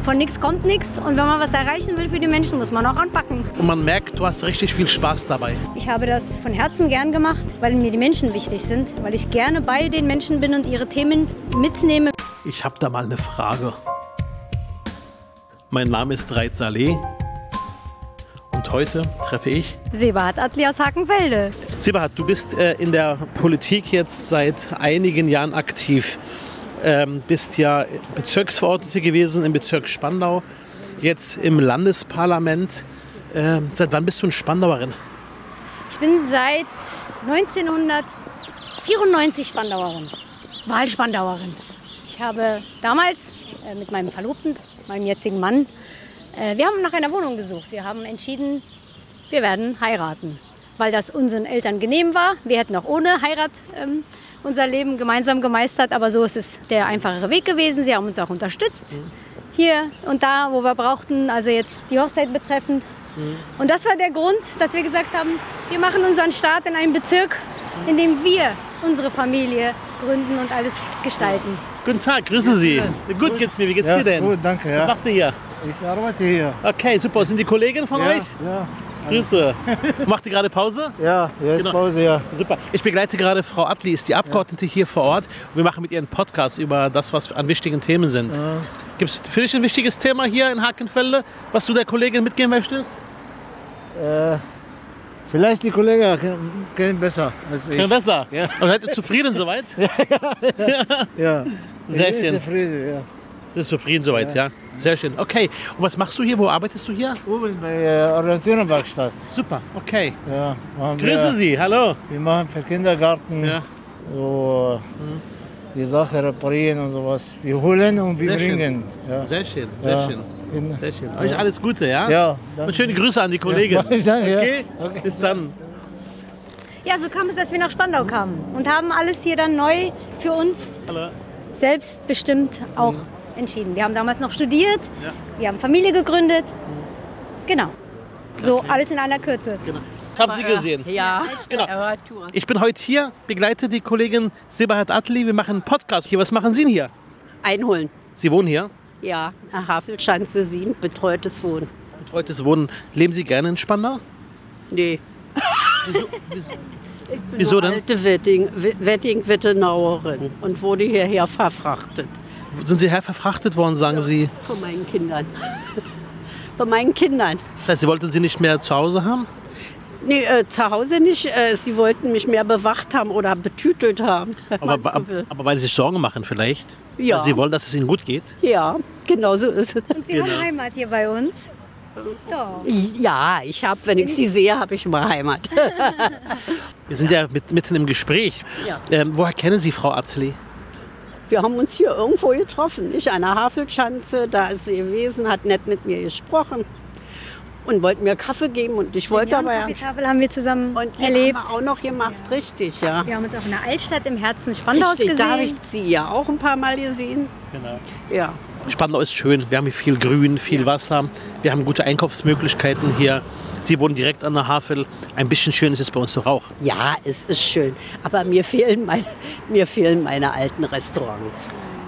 von nichts kommt nichts. Und wenn man was erreichen will für die Menschen, muss man auch anpacken. Und man merkt, du hast richtig viel Spaß dabei. Ich habe das von Herzen gern gemacht, weil mir die Menschen wichtig sind. Weil ich gerne bei den Menschen bin und ihre Themen mitnehme. Ich habe da mal eine Frage. Mein Name ist Reit Saleh. Und heute treffe ich Sebahat Atli aus Hakenfelde. Sebahat, du bist in der Politik jetzt seit einigen Jahren aktiv. Bist ja Bezirksverordnete gewesen im Bezirk Spandau, jetzt im Landesparlament. Seit wann bist du eine Spandauerin? Ich bin seit 1994 Spandauerin, Wahlspandauerin. Ich habe damals mit meinem Verlobten, meinem jetzigen Mann, wir haben nach einer Wohnung gesucht. Wir haben entschieden, wir werden heiraten, weil das unseren Eltern genehm war. Wir hätten auch ohne Heirat unser Leben gemeinsam gemeistert, aber so ist es der einfachere Weg gewesen. Sie haben uns auch unterstützt, hier und da, wo wir brauchten, also jetzt die Hochzeit betreffend. Und das war der Grund, dass wir gesagt haben, wir machen unseren Start in einem Bezirk, in dem wir unsere Familie gründen und alles gestalten. Guten Tag, grüßen Sie. Gut geht's mir, wie geht's dir denn? Gut, danke. Ja. Was machst du hier? Ich arbeite hier. Okay, super. Sind die Kollegen von euch? Ja. Grüße. Macht ihr gerade Pause? Ja, jetzt Genau. Pause, ja. Super. Ich begleite gerade Frau Atli, ist die Abgeordnete hier vor Ort. Und wir machen mit ihr einen Podcast über das, was an wichtigen Themen sind. Gibt es für dich ein wichtiges Thema hier in Hakenfelde, was du der Kollegin mitgeben möchtest? Vielleicht die Kollegen kennen besser als ich. Ja, besser. Ja. Aber seid ihr zufrieden soweit? Ja. Sehr Ich bin schön. zufrieden, ja. Bist zufrieden soweit, ja? Sehr schön. Okay. Und was machst du hier? Wo arbeitest du hier? Oben bei Orientierungswerkstatt. Super. Okay. Ja, machen Grüße Sie. Hallo. Wir machen für Kindergarten Ja. so die Sache reparieren und sowas. Wir holen und wir Sehr schön. bringen. Ja. Sehr schön. Sehr Ja. schön. Genau. Sehr schön. Euch alles Gute, ja? Ja, Und schöne Grüße an die Kollegin. Ja, danke, ja. Okay? Okay. Bis dann. Ja, so kam es, dass wir nach Spandau kamen und haben alles hier dann neu für uns Hallo. selbstbestimmt auch entschieden. Wir haben damals noch studiert, Ja. wir haben Familie gegründet. Genau. So alles in einer Kürze. Genau. Ich habe Sie gesehen. Ja, Genau. Tour. Ich bin heute hier, begleite die Kollegin Sebahat Atli. Wir machen einen Podcast hier. Was machen Sie denn hier? Einholen. Sie wohnen hier? Ja, Havelschanze 7, betreutes Wohnen. Betreutes Wohnen. Leben Sie gerne in Spandau? Nee. Wieso denn? Alte Wedding-Wittenauerin und wurde hierher verfrachtet. Sind Sie herverfrachtet worden, sagen Sie? Von meinen Kindern. Von meinen Kindern. Das heißt, Sie wollten Sie nicht mehr zu Hause haben? Nee, zu Hause nicht. Sie wollten mich mehr bewacht haben oder betütelt haben. wenn man so will. Aber weil Sie sich Sorgen machen vielleicht? Ja. Weil Sie wollen, dass es Ihnen gut geht? Ja, genau so ist es. Und Sie haben Heimat hier bei uns. Doch. Ja, wenn ich sie sehe, habe ich immer Heimat. Wir sind ja mitten im Gespräch. Ja. Woher kennen Sie Frau Atli? Wir haben uns hier irgendwo getroffen, nicht an der Havelschanze. Da ist sie gewesen, hat nett mit mir gesprochen und wollte mir Kaffee geben. Und ich wollte aber ja. Die Tafel haben wir zusammen Und die erlebt. haben wir auch noch gemacht, richtig, ja. Wir haben uns auch in der Altstadt im Herzen Spandaus Richtig, da habe ich gesehen. sie ja auch ein paar Mal gesehen. Genau. Ja. Spandau ist schön. Wir haben hier viel Grün, viel Wasser. Wir haben gute Einkaufsmöglichkeiten hier. Sie wohnen direkt an der Havel. Ein bisschen schön ist es bei uns doch auch. Ja, es ist schön. Aber mir fehlen meine alten Restaurants.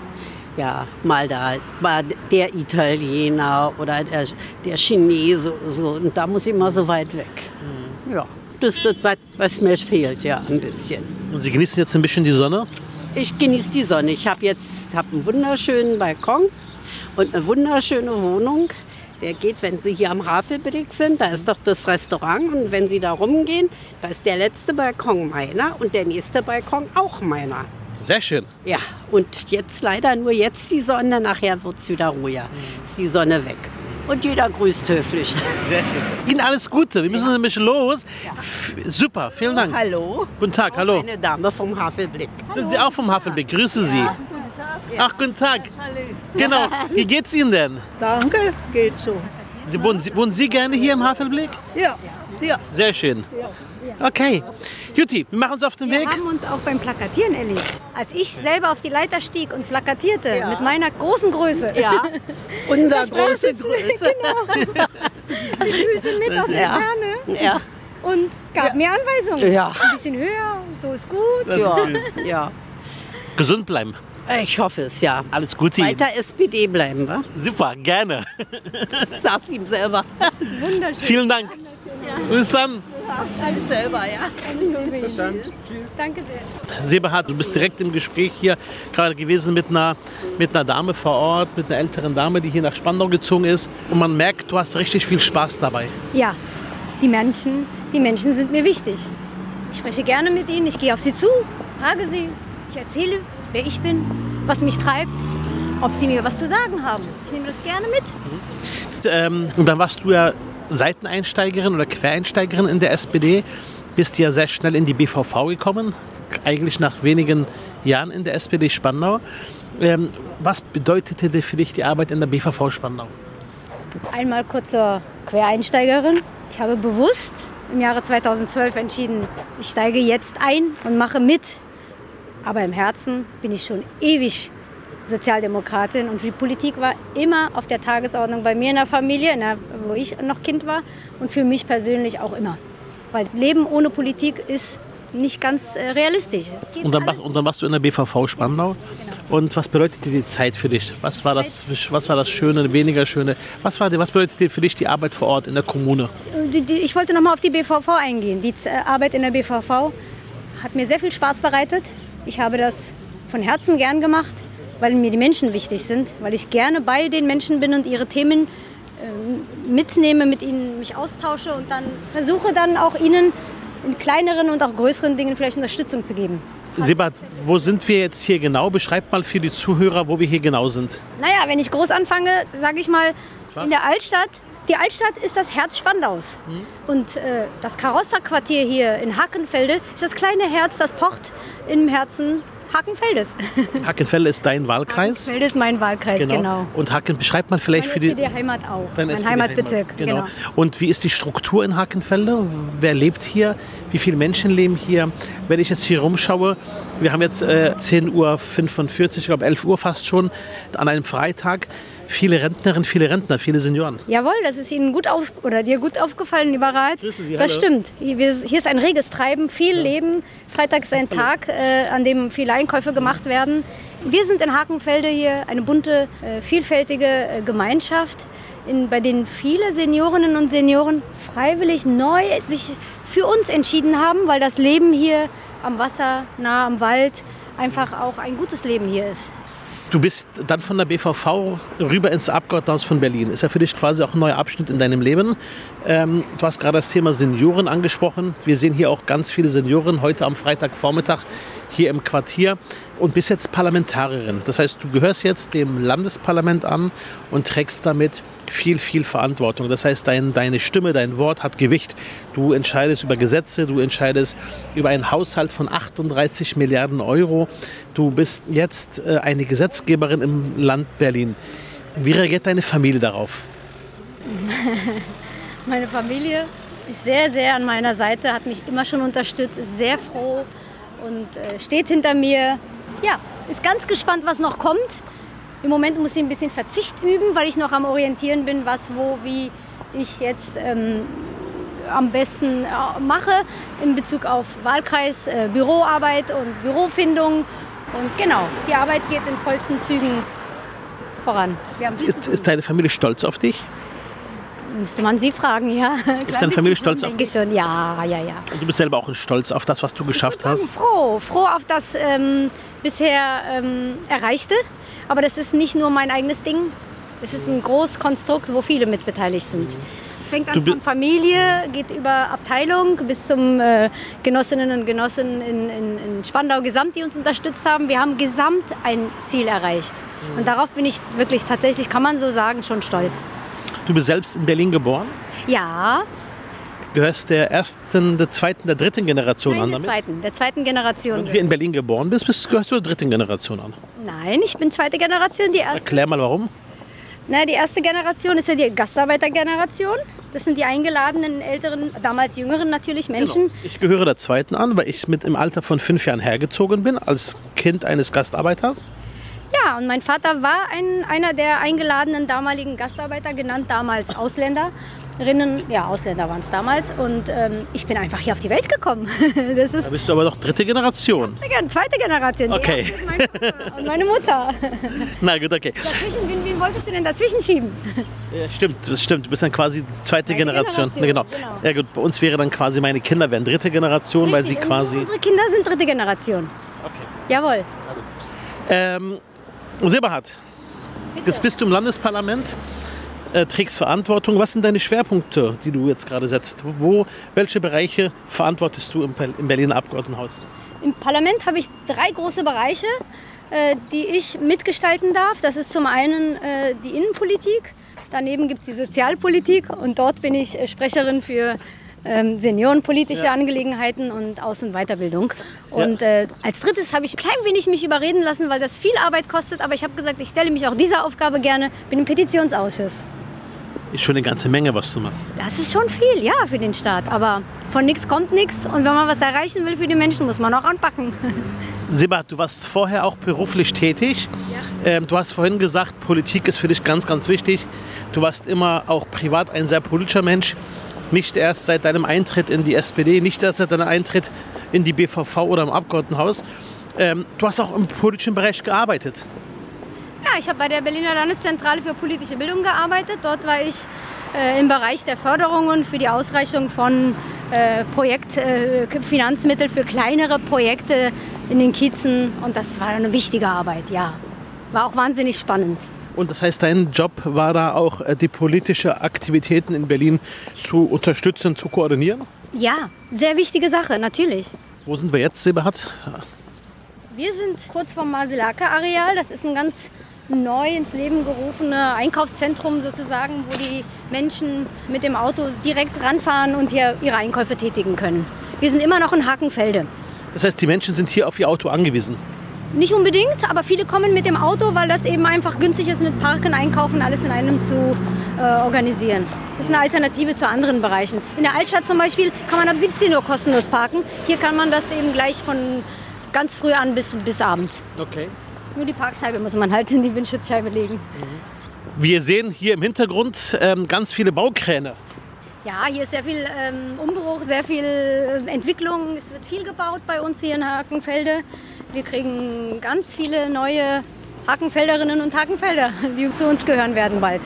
Ja, mal der Italiener oder der Chinese. So. Und da muss ich mal so weit weg. Ja, das ist das, was mir fehlt, ja, ein bisschen. Und Sie genießen jetzt ein bisschen die Sonne? Ich genieße die Sonne. Ich habe einen wunderschönen Balkon und eine wunderschöne Wohnung. Der geht, wenn Sie hier am Havelblick sind, da ist doch das Restaurant. Und wenn Sie da rumgehen, da ist der letzte Balkon meiner und der nächste Balkon auch meiner. Sehr schön. Ja, und jetzt leider nur jetzt die Sonne, nachher wird es wieder ruhiger. Ist die Sonne weg. Und jeder grüßt höflich. Sehr schön. Ihnen alles Gute. Wir müssen nämlich los. Super, vielen Dank. Hallo. Guten Tag, hallo. Eine Dame vom Havelblick. Sind Sie auch vom Havelblick? Grüße Sie. Ach, guten Tag. Genau. Wie geht's Ihnen denn? Danke, geht so. Wohnen Sie gerne hier im Havelblick? Ja, ja. Sehr schön. Okay. Jutti, wir machen uns auf den Wir Weg. haben uns auch beim Plakatieren erlebt. Als ich selber auf die Leiter stieg und plakatierte mit meiner großen Größe. Ja, unser große Größe. Größe. Genau. Sie fühlte mit aus der Ja. Ferne Ja, und gab mir Anweisungen. Ja. Ein bisschen höher, so ist gut. Das ja, ist gut. ja. Gesund bleiben. Ich hoffe es, ja. Alles Gute. Weiter SPD bleiben, wa? Super, gerne. Sag's ihm selber. Wunderschön. Vielen Dank. Bis dann. Sag's ihm selber, ja. Danke sehr. Sebahat, du bist direkt im Gespräch hier gerade gewesen mit einer Dame vor Ort, mit einer älteren Dame, die hier nach Spandau gezogen ist. Und man merkt, du hast richtig viel Spaß dabei. Ja, die Menschen sind mir wichtig. Ich spreche gerne mit ihnen, ich gehe auf sie zu, frage sie, ich erzähle, wer ich bin, was mich treibt, ob sie mir was zu sagen haben. Ich nehme das gerne mit. Und dann warst du ja Seiteneinsteigerin oder Quereinsteigerin in der SPD, bist ja sehr schnell in die BVV gekommen, eigentlich nach wenigen Jahren in der SPD Spandau. Was bedeutete dir für dich die Arbeit in der BVV Spandau? Einmal kurz zur Quereinsteigerin. Ich habe bewusst im Jahre 2012 entschieden, ich steige jetzt ein und mache mit. Aber im Herzen bin ich schon ewig Sozialdemokratin und die Politik war immer auf der Tagesordnung bei mir in der Familie, wo ich noch Kind war und für mich persönlich auch immer. Weil Leben ohne Politik ist nicht ganz realistisch. Und dann warst du in der BVV Spandau. Genau. Und was bedeutet dir die Zeit für dich? Was war das Schöne, weniger Schöne? Was bedeutet dir für dich die Arbeit vor Ort in der Kommune? Ich wollte noch mal auf die BVV eingehen. Die Arbeit in der BVV hat mir sehr viel Spaß bereitet. Ich habe das von Herzen gern gemacht, weil mir die Menschen wichtig sind, weil ich gerne bei den Menschen bin und ihre Themen mitnehme, mit ihnen mich austausche und dann versuche dann auch ihnen in kleineren und auch größeren Dingen vielleicht Unterstützung zu geben. Sebahat, wo sind wir jetzt hier genau? Beschreib mal für die Zuhörer, wo wir hier genau sind. Naja, wenn ich groß anfange, sage ich mal, in der Altstadt. Die Altstadt ist das Herz Spandaus. Und das Karosserquartier hier in Hackenfelde ist das kleine Herz, das pocht im Herzen Hackenfeldes. Hackenfelde ist dein Wahlkreis? Hackenfelde ist mein Wahlkreis, genau. Und beschreib mal vielleicht für die Heimat auch. Mein Heimatbezirk, genau. Und wie ist die Struktur in Hackenfelde? Wer lebt hier? Wie viele Menschen leben hier? Wenn ich jetzt hier rumschaue, wir haben jetzt 10:45 Uhr, ich glaube 11 Uhr fast schon, an einem Freitag. Viele Rentnerinnen, viele Rentner, viele Senioren. Jawohl, das ist Ihnen dir gut aufgefallen, lieber Rat. Sie, das stimmt. Hier ist ein reges Treiben, viel Leben. Freitag ist ein Tag, an dem viele Einkäufe gemacht werden. Wir sind in Hackenfelde hier eine bunte, vielfältige Gemeinschaft, bei denen viele Seniorinnen und Senioren freiwillig neu sich für uns entschieden haben, weil das Leben hier am Wasser, nah am Wald, einfach auch ein gutes Leben hier ist. Du bist dann von der BVV rüber ins Abgeordnetenhaus von Berlin. Ist ja für dich quasi auch ein neuer Abschnitt in deinem Leben. Du hast gerade das Thema Senioren angesprochen. Wir sehen hier auch ganz viele Senioren heute am Freitagvormittag hier im Quartier und bist jetzt Parlamentarierin. Das heißt, du gehörst jetzt dem Landesparlament an und trägst damit viel, viel Verantwortung. Das heißt, deine Stimme, dein Wort hat Gewicht. Du entscheidest über Gesetze, du entscheidest über einen Haushalt von 38 Milliarden Euro. Du bist jetzt eine Gesetzgeberin im Land Berlin. Wie reagiert deine Familie darauf? Meine Familie ist sehr, sehr an meiner Seite, hat mich immer schon unterstützt, ist sehr froh und steht hinter mir. Ja, ist ganz gespannt, was noch kommt. Im Moment muss ich ein bisschen Verzicht üben, weil ich noch am Orientieren bin, was, wo, wie ich jetzt am besten mache in Bezug auf Wahlkreis, Büroarbeit und Bürofindung. Und genau, die Arbeit geht in vollsten Zügen voran. Ist deine Familie stolz auf dich? Müsste man sie fragen, ja. Ist deine Familie stolz auf dich? Schon. Ja. Und du bist selber auch stolz auf das, was du geschafft hast? Froh auf das bisher Erreichte. Aber das ist nicht nur mein eigenes Ding. Es ist ein großes Konstrukt, wo viele mitbeteiligt sind. Es fängt an von Familie, geht über Abteilung bis zum Genossinnen und Genossen in Spandau Gesamt, die uns unterstützt haben. Wir haben gesamt ein Ziel erreicht. Und darauf bin ich wirklich tatsächlich, kann man so sagen, schon stolz. Du bist selbst in Berlin geboren? Ja. Gehörst der ersten, der zweiten, der dritten Generation an damit? Der zweiten Generation. Wenn du hier in Berlin geboren bist, gehörst du der dritten Generation an? Nein, ich bin zweite Generation. Die erste. Erklär mal, warum. Na, die erste Generation ist ja die Gastarbeitergeneration. Das sind die eingeladenen, älteren, damals jüngeren natürlich Menschen. Genau. Ich gehöre der zweiten an, weil ich mit im Alter von 5 Jahren hergezogen bin, als Kind eines Gastarbeiters. Ja, Ja, und mein Vater war einer der eingeladenen damaligen Gastarbeiter, genannt damals Ausländerinnen. Ja, Ausländer waren es damals. Und ich bin einfach hier auf die Welt gekommen. Das ist Da bist du aber noch dritte Generation. zweite Generation. Okay. Die erste ist mein Vater und meine Mutter. Na gut, okay. Dazwischen, wen wolltest du denn dazwischen schieben? Ja, stimmt, das stimmt. Du bist dann quasi die zweite Generation. Generation, Genau. genau. Ja gut, bei uns wäre dann quasi meine Kinder wären dritte Generation, weil sie Richtig, quasi... Unsere Kinder sind dritte Generation. Okay. Jawohl. Sebahat, jetzt bist du im Landesparlament, trägst Verantwortung. Was sind deine Schwerpunkte, die du jetzt gerade setzt? Welche Bereiche verantwortest du im Berliner Abgeordnetenhaus? Im Parlament habe ich 3 große Bereiche, die ich mitgestalten darf. Das ist zum einen die Innenpolitik, daneben gibt es die Sozialpolitik und dort bin ich Sprecherin für seniorenpolitische Angelegenheiten und Aus- und Weiterbildung. Und als drittes habe ich ein klein wenig mich überreden lassen, weil das viel Arbeit kostet. Aber ich habe gesagt, ich stelle mich auch dieser Aufgabe gerne, bin im Petitionsausschuss. Ist schon eine ganze Menge, was du machst. Das ist schon viel, ja, für den Staat. Aber von nichts kommt nichts. Und wenn man was erreichen will für die Menschen, muss man auch anpacken. Sebahat, du warst vorher auch beruflich tätig. Du hast vorhin gesagt, Politik ist für dich ganz, ganz wichtig. Du warst immer auch privat ein sehr politischer Mensch. Nicht erst seit deinem Eintritt in die SPD, nicht erst seit deinem Eintritt in die BVV oder im Abgeordnetenhaus. Du hast auch im politischen Bereich gearbeitet. Ja, ich habe bei der Berliner Landeszentrale für politische Bildung gearbeitet. Dort war ich im Bereich der Förderungen für die Ausreichung von Finanzmitteln für kleinere Projekte in den Kiezen. Und das war eine wichtige Arbeit, ja. War auch wahnsinnig spannend. Und das heißt, dein Job war da auch, die politische Aktivitäten in Berlin zu unterstützen, zu koordinieren? Ja, sehr wichtige Sache, natürlich. Wo sind wir jetzt, Sebahat? Wir sind kurz vom Maselaka-Areal. Das ist ein ganz neu ins Leben gerufene Einkaufszentrum sozusagen, wo die Menschen mit dem Auto direkt ranfahren und hier ihre Einkäufe tätigen können. Wir sind immer noch in Hakenfelde. Das heißt, die Menschen sind hier auf ihr Auto angewiesen? Nicht unbedingt, aber viele kommen mit dem Auto, weil das eben einfach günstig ist, mit Parken, Einkaufen, alles in einem zu organisieren. Das ist eine Alternative zu anderen Bereichen. In der Altstadt zum Beispiel kann man ab 17 Uhr kostenlos parken. Hier kann man das eben gleich von ganz früh an bis abends. Okay. Nur die Parkscheibe muss man halt in die Windschutzscheibe legen. Wir sehen hier im Hintergrund ganz viele Baukräne. Ja, hier ist sehr viel Umbruch, sehr viel Entwicklung. Es wird viel gebaut bei uns hier in Hakenfelde. Wir kriegen ganz viele neue Hakenfelderinnen und Hakenfelder, die zu uns gehören werden bald.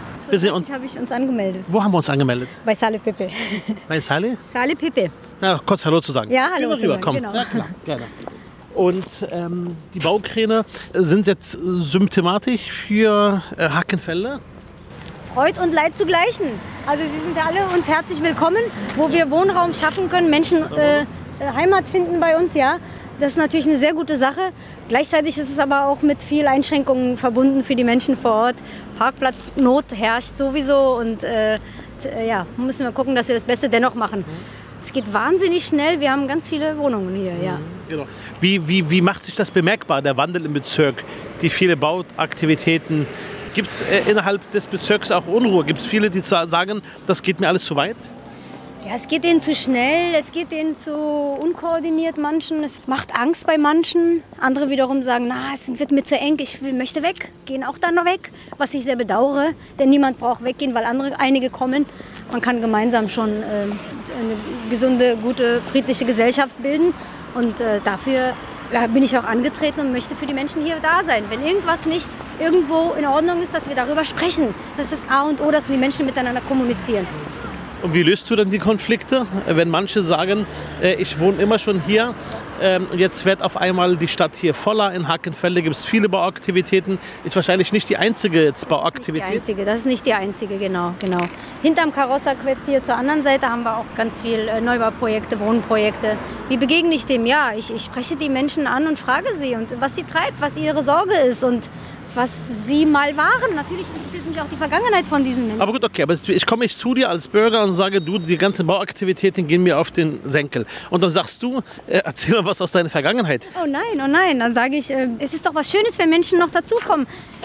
Habe ich uns angemeldet. Wo haben wir uns angemeldet? Bei Sale Pepe. Bei Sale? Sale Pepe. Na, kurz Hallo zu sagen. Ja, Hallo Rüber, zu sagen, komm. genau. Ja, klar, gerne. Und die Baukräne sind jetzt symptomatisch für Hakenfelde? Freud und Leid zugleichen. Also Sie sind alle uns herzlich willkommen, wo wir Wohnraum schaffen können, Menschen Heimat finden bei uns, ja. Das ist natürlich eine sehr gute Sache. Gleichzeitig ist es aber auch mit viel Einschränkungen verbunden für die Menschen vor Ort. Parkplatznot herrscht sowieso und ja, müssen wir gucken, dass wir das Beste dennoch machen. Es geht wahnsinnig schnell, wir haben ganz viele Wohnungen hier, ja. Genau. Wie macht sich das bemerkbar, der Wandel im Bezirk, die viele Bauaktivitäten? Gibt es innerhalb des Bezirks auch Unruhe? Gibt es viele, die sagen, das geht mir alles zu weit? Ja, es geht denen zu schnell, es geht denen zu unkoordiniert manchen, es macht Angst bei manchen. Andere wiederum sagen, na, es wird mir zu eng, möchte weg, gehen auch dann noch weg, was ich sehr bedauere, denn niemand braucht weggehen, weil einige kommen. Man kann gemeinsam schon eine gesunde, gute, friedliche Gesellschaft bilden und dafür bin ich auch angetreten und möchte für die Menschen hier da sein. Wenn irgendwas nicht irgendwo in Ordnung ist, dass wir darüber sprechen. Das ist das A und O, dass die Menschen miteinander kommunizieren. Und wie löst du dann die Konflikte, wenn manche sagen, ich wohne immer schon hier und jetzt wird auf einmal die Stadt hier voller, in Hakenfelde gibt es viele Bauaktivitäten, ist wahrscheinlich nicht die einzige jetzt Bauaktivität? Das ist nicht die einzige, genau. Hinterm Karosserquartier zur anderen Seite haben wir auch ganz viel Neubauprojekte, Wohnprojekte. Wie begegne ich dem? Ja, ich spreche die Menschen an und frage sie, und was sie treibt, was ihre Sorge ist und was sie mal waren. Natürlich interessiert mich auch die Vergangenheit von diesen Menschen. Aber gut, okay, aber ich komme nicht zu dir als Bürger und sage, du, die ganzen Bauaktivitäten gehen mir auf den Senkel. Und dann sagst du, erzähl mal was aus deiner Vergangenheit. Oh nein, dann sage ich, es ist doch was Schönes, wenn Menschen noch dazukommen.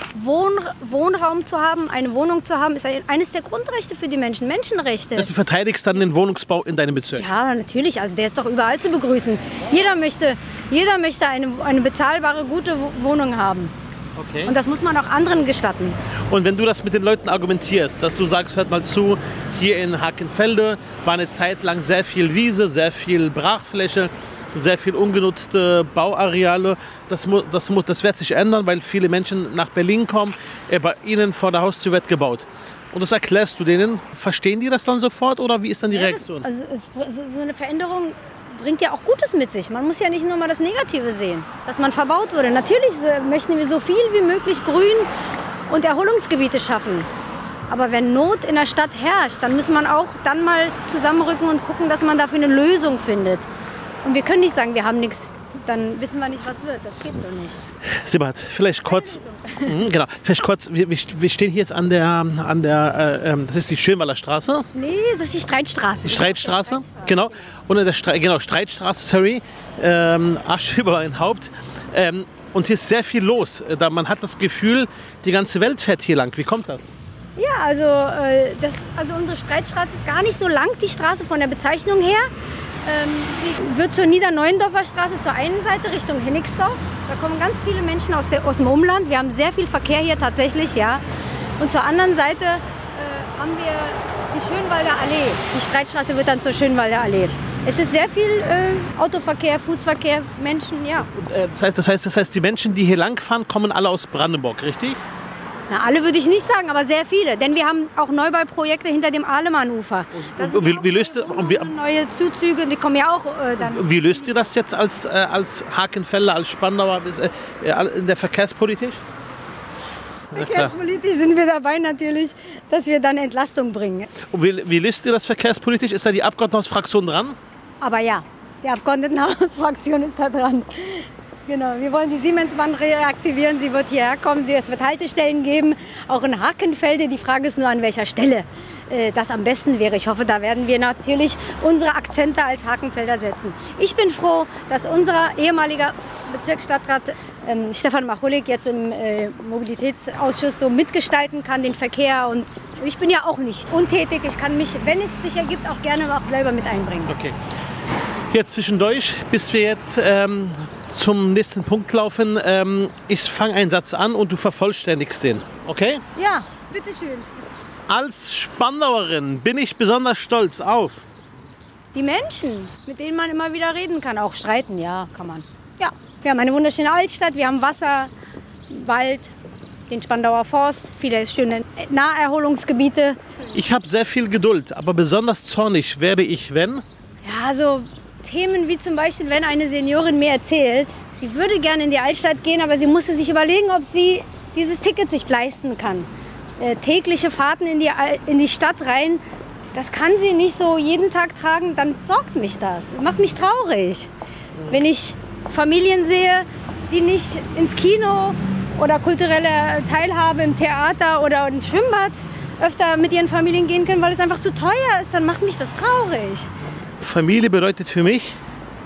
Wohnraum zu haben, eine Wohnung zu haben, ist eines der Grundrechte für die Menschen, Menschenrechte. Also du verteidigst dann den Wohnungsbau in deinem Bezirk? Ja, natürlich, also der ist doch überall zu begrüßen. Jeder möchte eine bezahlbare, gute Wohnung haben. Okay. Und das muss man auch anderen gestatten. Und wenn du das mit den Leuten argumentierst, dass du sagst, hört mal zu, hier in Hakenfelde war eine Zeit lang sehr viel Wiese, sehr viel Brachfläche, sehr viel ungenutzte Bauareale. Das wird sich ändern, weil viele Menschen nach Berlin kommen. Bei ihnen vor der Haustür wird gebaut. Und das erklärst du denen. Verstehen die das dann sofort oder wie ist dann die Reaktion? So eine Veränderung bringt ja auch Gutes mit sich. Man muss ja nicht nur mal das Negative sehen, dass man verbaut wurde. Natürlich möchten wir so viel wie möglich Grün und Erholungsgebiete schaffen. Aber wenn Not in der Stadt herrscht, dann muss man auch dann mal zusammenrücken und gucken, dass man dafür eine Lösung findet. Und wir können nicht sagen, wir haben nichts, dann wissen wir nicht, was wird. Das geht so nicht. Siebert, vielleicht kurz, wir stehen hier jetzt an der, das ist die Schönwalder Straße. Nee, das ist die Streitstraße. Die Streitstraße, genau. Und in der Streitstraße, sorry, Asche über mein Haupt. Und hier ist sehr viel los. Man hat das Gefühl, die ganze Welt fährt hier lang. Wie kommt das? Ja, also unsere Streitstraße ist gar nicht so lang, die Straße von der Bezeichnung her. Sie wird zur Niederneuendorfer Straße zur einen Seite Richtung Hennigsdorf. Da kommen ganz viele Menschen aus dem Umland. Wir haben sehr viel Verkehr hier tatsächlich, ja. Und zur anderen Seite haben wir die Schönwalder Allee. Die Streitstraße wird dann zur Schönwalder Allee. Es ist sehr viel Autoverkehr, Fußverkehr, Menschen, ja. Das heißt, die Menschen, die hier langfahren, kommen alle aus Brandenburg, richtig? Na, alle würde ich nicht sagen, aber sehr viele. Denn wir haben auch Neubauprojekte hinter dem Ahlemann-Ufer. Wie löst ihr, neue Zuzüge, die kommen ja auch dann. Wie löst ihr das jetzt als Hakenfelder, als Spandauer in der Verkehrspolitik? Verkehrspolitisch sind wir dabei natürlich, dass wir dann Entlastung bringen. Und wie löst ihr das verkehrspolitisch? Ist da die Abgeordnetenhausfraktion dran? Aber ja, die Abgeordnetenhausfraktion ist da dran. Genau, wir wollen die Siemensbahn reaktivieren, sie wird hierher kommen, es wird Haltestellen geben, auch in Hakenfelde. Die Frage ist nur, an welcher Stelle das am besten wäre. Ich hoffe, da werden wir natürlich unsere Akzente als Hakenfelder setzen. Ich bin froh, dass unser ehemaliger Bezirksstadtrat Stefan Machulik jetzt im Mobilitätsausschuss so mitgestalten kann, den Verkehr. Und ich bin ja auch nicht untätig, ich kann mich, wenn es sich ergibt, auch gerne auch selber mit einbringen. Okay. Hier zwischendurch, bis wir jetzt zum nächsten Punkt laufen. Ich fange einen Satz an und du vervollständigst den. Okay? Ja, bitteschön. Als Spandauerin bin ich besonders stolz auf die Menschen, mit denen man immer wieder reden kann. Auch streiten, ja, kann man. Ja, wir haben eine wunderschöne Altstadt, wir haben Wasser, Wald, den Spandauer Forst, viele schöne Naherholungsgebiete. Ich habe sehr viel Geduld, aber besonders zornig werde ich, wenn? Ja, so Themen wie zum Beispiel, wenn eine Seniorin mir erzählt, sie würde gerne in die Altstadt gehen, aber sie musste sich überlegen, ob sie dieses Ticket sich leisten kann. Tägliche Fahrten in die Stadt rein, das kann sie nicht so jeden Tag tragen, dann sorgt mich das, macht mich traurig. Wenn ich Familien sehe, die nicht ins Kino oder kulturelle Teilhabe im Theater oder im Schwimmbad öfter mit ihren Familien gehen können, weil es einfach zu teuer ist, dann macht mich das traurig. Familie bedeutet für mich?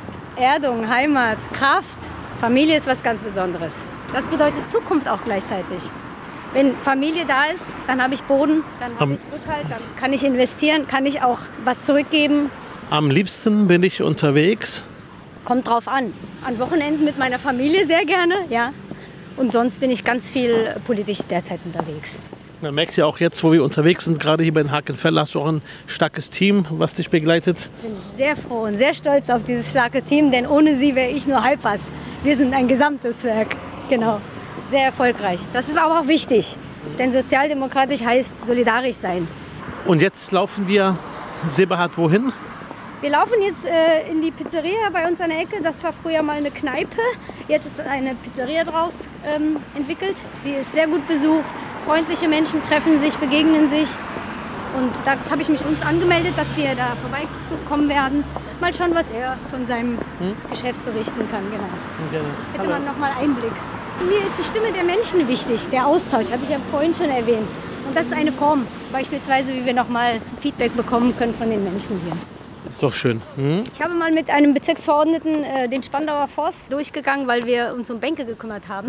Erdung, Heimat, Kraft. Familie ist was ganz Besonderes. Das bedeutet Zukunft auch gleichzeitig. Wenn Familie da ist, dann habe ich Boden, dann habe ich Rückhalt, dann kann ich investieren, kann ich auch was zurückgeben. Am liebsten bin ich unterwegs. Kommt drauf an. An Wochenenden mit meiner Familie sehr gerne, ja. Und sonst bin ich ganz viel politisch derzeit unterwegs. Man merkt ja auch jetzt, wo wir unterwegs sind, gerade hier bei den Hakenfelder, hast du auch ein starkes Team, was dich begleitet. Ich bin sehr froh und sehr stolz auf dieses starke Team, denn ohne sie wäre ich nur halb was. Wir sind ein gesamtes Werk, genau. Sehr erfolgreich. Das ist aber auch wichtig, denn sozialdemokratisch heißt solidarisch sein. Und jetzt laufen wir, Seberhard, wohin? Wir laufen jetzt in die Pizzeria bei uns an der Ecke. Das war früher mal eine Kneipe. Jetzt ist eine Pizzeria draus entwickelt. Sie ist sehr gut besucht. Freundliche Menschen treffen sich, begegnen sich. Und da habe ich mich uns angemeldet, dass wir da vorbeikommen werden. Mal schauen, was er von seinem Geschäft berichten kann. Genau. Okay. Hätte man noch mal Einblick. Mir ist die Stimme der Menschen wichtig, der Austausch, hatte ich ja vorhin schon erwähnt. Und das ist eine Form, beispielsweise, wie wir noch mal Feedback bekommen können von den Menschen hier. Ist doch schön. Ich habe mal mit einem Bezirksverordneten den Spandauer Forst durchgegangen, weil wir uns um Bänke gekümmert haben.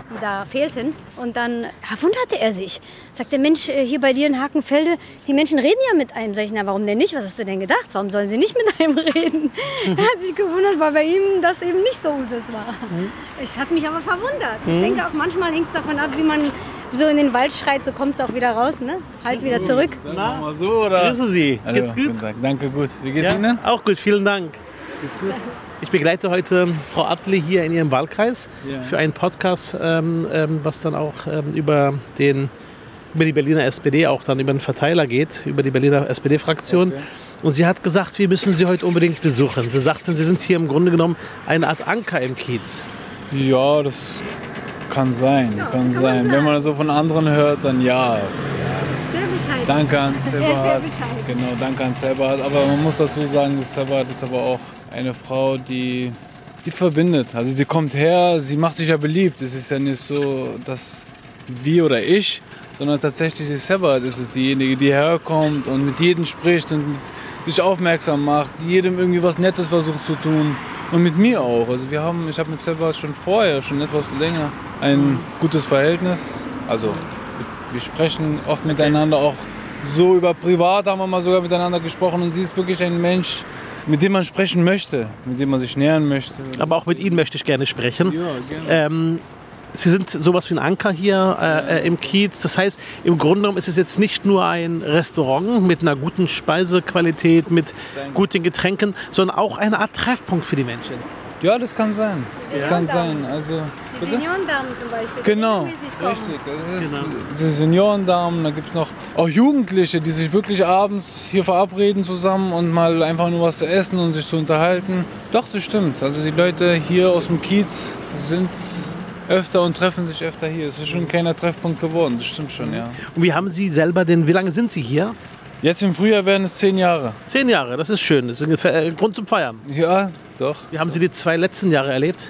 die da fehlten. Und dann wunderte er sich. Sagte, Mensch, hier bei dir in Hakenfelde, die Menschen reden ja mit einem. Sag ich, na, warum denn nicht? Was hast du denn gedacht? Warum sollen sie nicht mit einem reden? Er hat sich gewundert, weil bei ihm das eben nicht so Usus war. Es hat mich aber verwundert. Ich denke auch, manchmal hängt es davon ab, wie man so in den Wald schreit, so kommt es auch wieder raus, ne? Halt wieder zurück. Na, mal so, oder? Grüße Sie. Hallo, Geht's gut? guten Tag. Danke, gut. Wie geht's Ja? Ihnen? Auch gut, vielen Dank. Geht's gut? Ich begleite heute Frau Adle hier in ihrem Wahlkreis für einen Podcast, was dann auch über die Berliner SPD, auch dann über den Verteiler geht, über die Berliner SPD-Fraktion. Okay. Und sie hat gesagt, wir müssen Sie heute unbedingt besuchen. Sie sagten, Sie sind hier im Grunde genommen eine Art Anker im Kiez. Ja, das kann sein. Kann sein. Wenn man das so von anderen hört, dann ja. Sehr bescheiden. Danke an sehr Sebahat. bescheiden. Genau, danke an Sebahat. Aber man muss dazu sagen, Sebahat ist aber auch eine Frau, die verbindet. Also die kommt her, sie macht sich ja beliebt. Es ist ja nicht so, dass wir oder ich, sondern tatsächlich ist Sebahat diejenige, die herkommt und mit jedem spricht und sich aufmerksam macht, jedem irgendwie was Nettes versucht zu tun. Und mit mir auch. Also ich habe mit Sebahat schon etwas länger ein gutes Verhältnis. Also wir sprechen oft miteinander, auch so über privat haben wir mal sogar miteinander gesprochen. Und sie ist wirklich ein Mensch, mit dem man sprechen möchte, mit dem man sich nähern möchte. Aber auch mit Ihnen möchte ich gerne sprechen. Ja, gerne. Sie sind sowas wie ein Anker hier im Kiez. Das heißt, im Grunde genommen ist es jetzt nicht nur ein Restaurant mit einer guten Speisequalität, mit guten Getränken, sondern auch eine Art Treffpunkt für die Menschen. Ja, das kann sein. Das kann sein. Also, Die Seniorendamen zum Beispiel. die genau, regelmäßig kommen. richtig. Das ist die Seniorendamen, da gibt es noch auch Jugendliche, die sich wirklich abends hier verabreden zusammen und mal einfach nur was zu essen und sich zu unterhalten. Doch, das stimmt. Also die Leute hier aus dem Kiez sind öfter und treffen sich öfter hier. Es ist schon ein kleiner Treffpunkt geworden, das stimmt schon, ja. Und wie haben Sie selber wie lange sind Sie hier? Jetzt im Frühjahr werden es 10 Jahre. 10 Jahre, das ist schön. Das ist ein Grund zum Feiern. Ja, doch. Wie haben Sie die 2 letzten Jahre erlebt?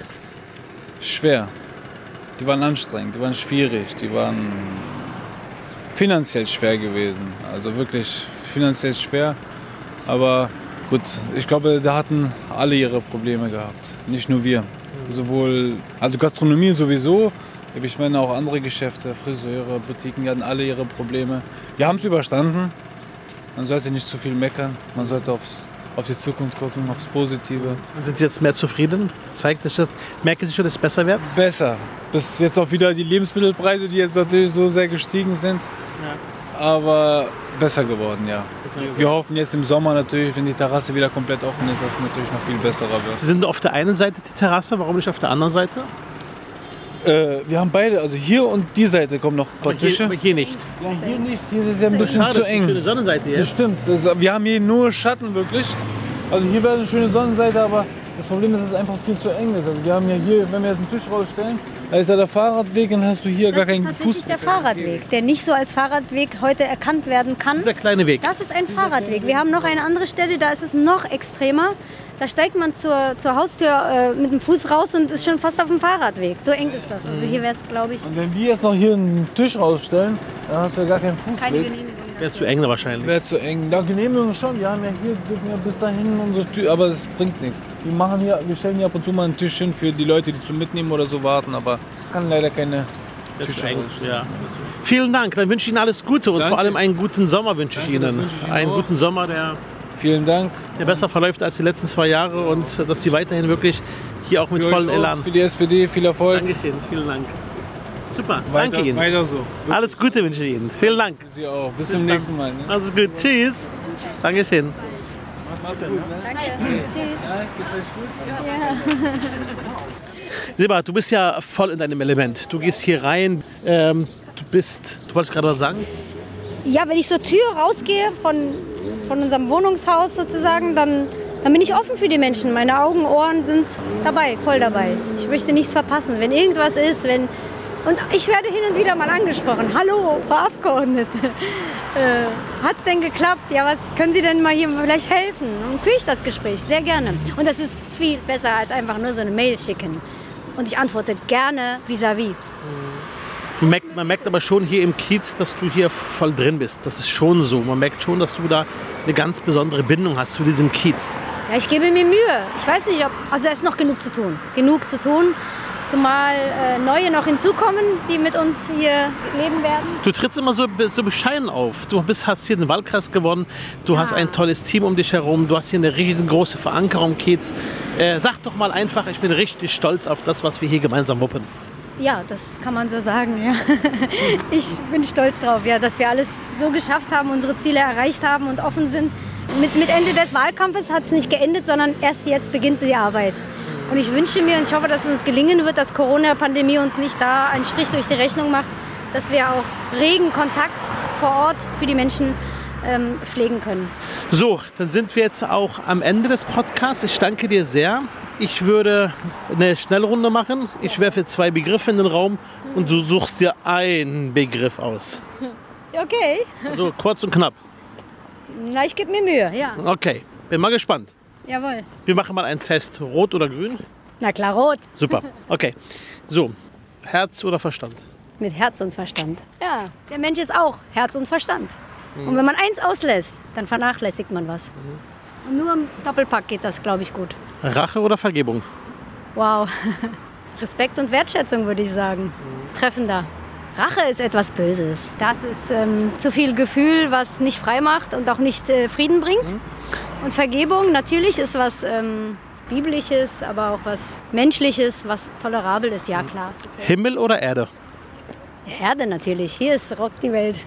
Schwer. Die waren anstrengend, die waren schwierig, die waren finanziell schwer gewesen. Also wirklich finanziell schwer. Aber gut, ich glaube, da hatten alle ihre Probleme gehabt. Nicht nur wir. Also Gastronomie sowieso. Ich meine auch andere Geschäfte, Friseure, Boutiquen, die hatten alle ihre Probleme. Wir haben es überstanden. Man sollte nicht zu viel meckern. Man sollte auf die Zukunft gucken, aufs Positive. Und sind Sie jetzt mehr zufrieden? Merken Sie schon, dass es besser wird? Besser. Bis jetzt auch wieder die Lebensmittelpreise, die jetzt natürlich so sehr gestiegen sind. Ja. Aber besser geworden, ja. Wir hoffen jetzt im Sommer natürlich, wenn die Terrasse wieder komplett offen ist, dass es natürlich noch viel besserer wird. Sie sind auf der einen Seite die Terrasse, warum nicht auf der anderen Seite? Wir haben beide, also hier und die Seite kommen noch ein paar Tische. Aber hier nicht. Ja, hier nicht, hier ist es ja ein bisschen Schade, zu das ist eine eng. schöne Sonnenseite Das jetzt. stimmt, wir haben hier nur Schatten wirklich. Also hier wäre eine schöne Sonnenseite, aber das Problem ist, dass es einfach viel zu eng ist. Also wir haben ja hier, wenn wir jetzt einen Tisch rausstellen, da ist ja der Fahrradweg und hast du hier gar keinen Das ist tatsächlich Fuß. der Fahrradweg, der nicht so als Fahrradweg heute erkannt werden kann. Dieser kleine Weg. Das ist ein Fahrradweg. Wir haben noch eine andere Stelle, da ist es noch extremer. Da steigt man zur Haustür mit dem Fuß raus und ist schon fast auf dem Fahrradweg. So eng ist das. Also hier wäre es, glaube ich, Und wenn wir jetzt noch hier einen Tisch rausstellen, dann hast du ja gar keinen keine Fußweg. Genehmigung. Wäre zu eng wahrscheinlich. Wäre zu eng. Da Genehmigung schon. Wir haben ja hier, dürfen ja bis dahin unsere Tür, aber es bringt nichts. Wir stellen hier ab und zu mal einen Tisch hin für die Leute, die zum Mitnehmen oder so warten, aber kann leider keine Wäre zu Tische eng. rausstellen. Ja. Vielen Dank, dann wünsche ich Ihnen alles Gute und Danke. vor allem einen guten Sommer wünsche ich Danke, das Ihnen. wünsche ich Ihnen Einen auch. guten Sommer, der Vielen Dank. besser verläuft als die letzten 2 Jahre und dass Sie weiterhin wirklich hier auch mit Für vollem euch auch, Elan. für die SPD viel Erfolg. Dankeschön, vielen Dank. Super, Weiter, danke Ihnen. Weiter so. Alles Gute wünsche ich Ihnen. Vielen Dank. Sie auch. Bis zum nächsten Mal. Ne? Alles gut. Tschüss. Dankeschön. Macht's gut. Ne? Danke. Tschüss. Ja, geht's euch gut? Seba, du bist ja voll in deinem Element. Du gehst hier rein. Du wolltest gerade was sagen? Ja, wenn ich zur Tür rausgehe von unserem Wohnungshaus sozusagen, dann bin ich offen für die Menschen. Meine Augen, Ohren sind dabei, voll dabei. Ich möchte nichts verpassen. Wenn irgendwas ist, und ich werde hin und wieder mal angesprochen. Hallo, Frau Abgeordnete. Hat's denn geklappt? Ja, was können Sie denn mal hier vielleicht helfen? Und führe ich das Gespräch sehr gerne. Und das ist viel besser als einfach nur so eine Mail schicken. Und ich antworte gerne vis-à-vis. Man merkt aber schon hier im Kiez, dass du hier voll drin bist. Das ist schon so. Man merkt schon, dass du da eine ganz besondere Bindung hast zu diesem Kiez. Ja, ich gebe mir Mühe. Ich weiß nicht, also es ist noch genug zu tun. Genug zu tun. Zumal neue noch hinzukommen, die mit uns hier leben werden. Du trittst immer so bescheiden auf. Hast hier den Wahlkreis gewonnen, du hast ein tolles Team um dich herum, du hast hier eine riesengroße Verankerung, Kiez. Sag doch mal einfach, ich bin richtig stolz auf das, was wir hier gemeinsam wuppen. Ja, das kann man so sagen, ja. Ich bin stolz drauf, ja, dass wir alles so geschafft haben, unsere Ziele erreicht haben und offen sind. Mit Ende des Wahlkampfes hat es nicht geendet, sondern erst jetzt beginnt die Arbeit. Und ich wünsche mir und ich hoffe, dass es uns gelingen wird, dass Corona-Pandemie uns nicht da einen Strich durch die Rechnung macht, dass wir auch regen Kontakt vor Ort für die Menschen pflegen können. So, dann sind wir jetzt auch am Ende des Podcasts. Ich danke dir sehr. Ich würde eine Schnellrunde machen. Ich werfe 2 Begriffe in den Raum und du suchst dir einen Begriff aus. Okay. Also kurz und knapp. Na, ich gebe mir Mühe, ja. Okay, bin mal gespannt. Jawohl. Wir machen mal einen Test. Rot oder grün? Na klar, rot. Super. Okay. So, Herz oder Verstand? Mit Herz und Verstand. Ja, der Mensch ist auch Herz und Verstand. Und wenn man eins auslässt, dann vernachlässigt man was. Und nur im Doppelpack geht das, glaube ich, gut. Rache oder Vergebung? Wow. Respekt und Wertschätzung, würde ich sagen. Treffender. Rache ist etwas Böses. Das ist zu viel Gefühl, was nicht frei macht und auch nicht Frieden bringt. Und Vergebung natürlich ist was Biblisches, aber auch was Menschliches, was tolerabel ist, ja klar. Himmel oder Erde? Erde natürlich, hier rockt die Welt.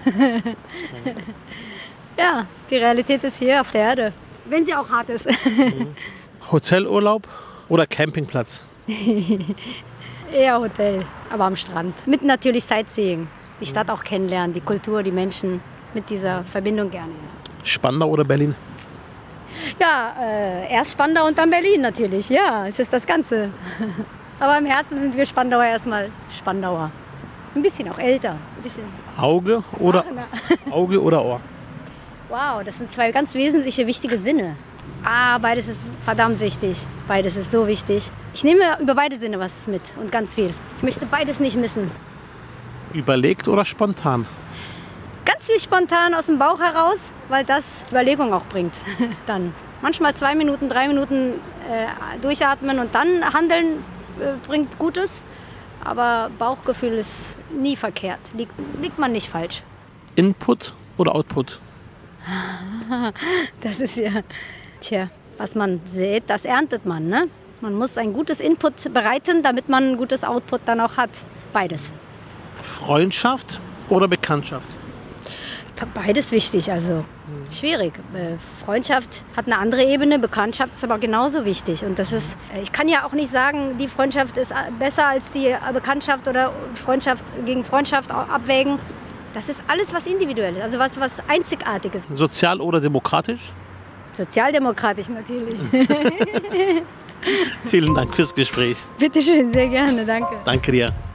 Ja, die Realität ist hier auf der Erde, wenn sie auch hart ist. Hotelurlaub oder Campingplatz? Eher Hotel, aber am Strand. Mit natürlich Sightseeing, die Stadt auch kennenlernen, die Kultur, die Menschen, mit dieser Verbindung gerne. Spandau oder Berlin? Ja, erst Spandau und dann Berlin natürlich, ja, es ist das Ganze. Aber im Herzen sind wir Spandauer erstmal Spandauer. Ein bisschen auch älter. Ein bisschen. Auge oder Ohr? Wow, das sind 2 ganz wesentliche, wichtige Sinne. Beides ist verdammt wichtig. Beides ist so wichtig. Ich nehme über beide Sinne was mit und ganz viel. Ich möchte beides nicht missen. Überlegt oder spontan? Ganz viel spontan aus dem Bauch heraus, weil das Überlegung auch bringt. Dann manchmal 2 Minuten, 3 Minuten durchatmen und dann handeln bringt Gutes. Aber Bauchgefühl ist nie verkehrt. Liegt man nicht falsch. Input oder Output? Das ist ja... Tja, was man sät, das erntet man, ne? Man muss ein gutes Input bereiten, damit man ein gutes Output dann auch hat. Beides. Freundschaft oder Bekanntschaft? Beides wichtig, also schwierig. Freundschaft hat eine andere Ebene, Bekanntschaft ist aber genauso wichtig. Und das ist, ich kann ja auch nicht sagen, die Freundschaft ist besser als die Bekanntschaft oder Freundschaft gegen Freundschaft abwägen. Das ist alles was Individuelles, also was Einzigartiges. Sozial oder demokratisch? Sozialdemokratisch natürlich. Vielen Dank fürs Gespräch. Bitte schön, sehr gerne, danke. Danke dir.